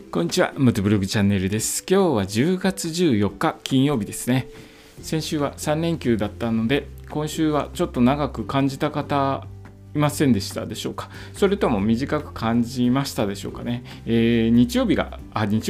こんにちは、元ブログチャンネルです。今日は10月14日金曜日ですね。先週は3連休だったので、今週はちょっと長く感じた方いませんでしたでしょうか。それとも短く感じましたでしょうかね。月曜日が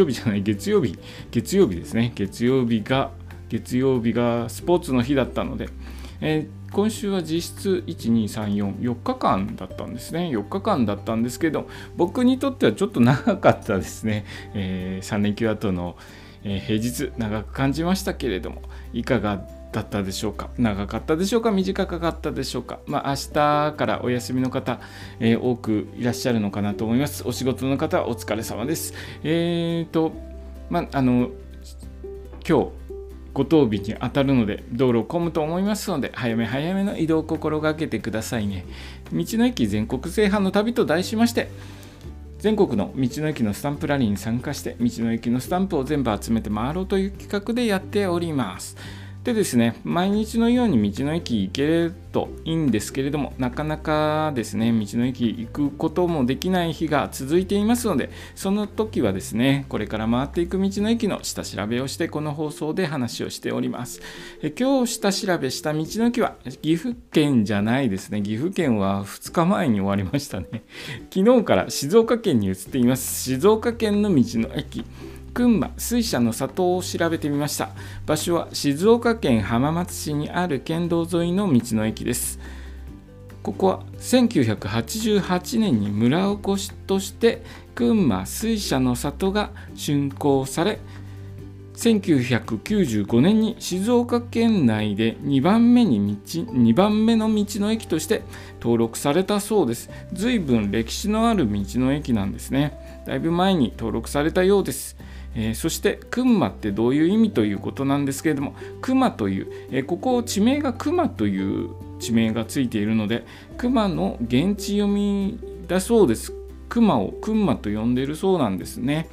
ですね。月曜日がスポーツの日だったので、今週は実質4日間だったんですね。4日間だったんですけど、僕にとってはちょっと長かったですね。3連休後の、平日長く感じましたけれども、いかがだったでしょうか。長かったでしょうか、短かったでしょうか。明日からお休みの方、多くいらっしゃるのかなと思います。お仕事の方はお疲れ様です。今日ご当日に当たるので道路を混むと思いますので、早めの移動を心がけてくださいね。道の駅全国制覇の旅と題しまして、全国の道の駅のスタンプラリーに参加して、道の駅のスタンプを全部集めて回ろうという企画でやっております。でですね、毎日のように道の駅行けるといいんですけれども、なかなかですね、道の駅行くこともできない日が続いていますので、その時はですね、これから回っていく道の駅の下調べをして、この放送で話をしております。今日下調べした道の駅は岐阜県じゃないですね。岐阜県は2日前に終わりましたね。昨日から静岡県に移っています。静岡県の道の駅、群馬水車の里を調べてみました。場所は静岡県浜松市にある県道沿いの道の駅です。ここは1988年に村おこしとして群馬水車の里が竣工され、1995年に静岡県内で2番目の道の駅として登録されたそうです。随分歴史のある道の駅なんですね。だいぶ前に登録されたようです。そして群馬ってどういう意味ということなんですけれども、熊という、ここ地名が熊という地名がついているので、熊の現地読みだそうです。熊を群馬と呼んでいるそうなんですね。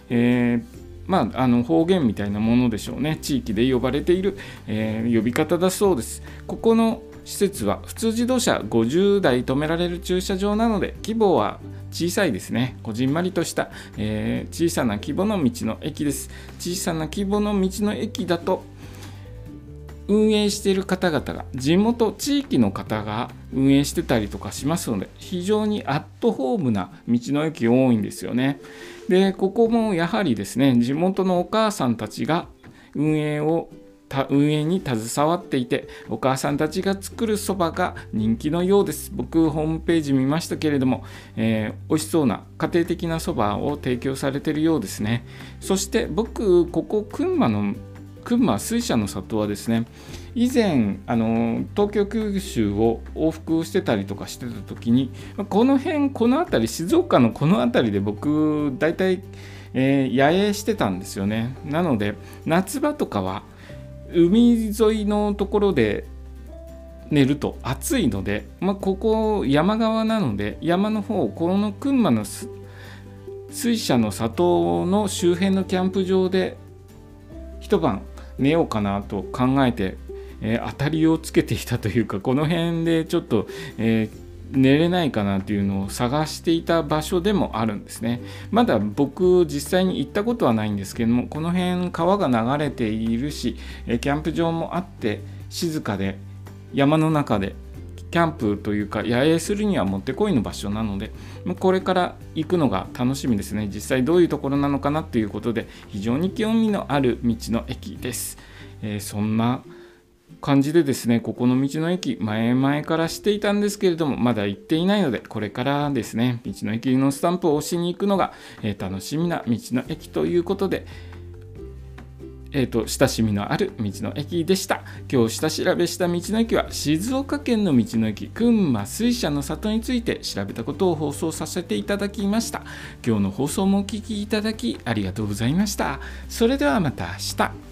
方言みたいなものでしょうね。地域で呼ばれている、呼び方だそうです。ここの施設は普通自動車50台止められる駐車場なので、規模は小さいですね。こじんまりとした、小さな規模の道の駅です。小さな規模の道の駅だと、運営している方々が地域の方が運営してたりとかしますので、非常にアットホームな道の駅多いんですよね。で、ここもやはりですね、地元のお母さんたちが運営に携わっていて、お母さんたちが作るそばが人気のようです。僕ホームページ見ましたけれども、美味しそうな家庭的なそばを提供されているようですね。そして僕、ここ群馬水車の里はですね、以前東京九州を往復してたりとかしてた時に、この辺り静岡のこの辺りで僕だいたい野営してたんですよね。なので夏場とかは海沿いのところで寝ると暑いので、ここ山側なので、山の方、この群馬の水車の里の周辺のキャンプ場で一晩寝ようかなと考えて、当たりをつけていたというか、この辺でちょっと、寝れないかなというのを探していた場所でもあるんですね。まだ僕実際に行ったことはないんですけども、この辺川が流れているし、キャンプ場もあって静かで、山の中でキャンプというか野営するにはもってこいの場所なので、これから行くのが楽しみですね。実際どういうところなのかなということで、非常に興味のある道の駅です。そんな感じでですね、ここの道の駅前々からしていたんですけれども、まだ行っていないので、これからですね、道の駅のスタンプを押しに行くのが、楽しみな道の駅ということで、親しみのある道の駅でした。今日下調べした道の駅は静岡県の道の駅群馬水車の里について調べたことを放送させていただきました。今日の放送もお聞きいただきありがとうございました。それではまた明日。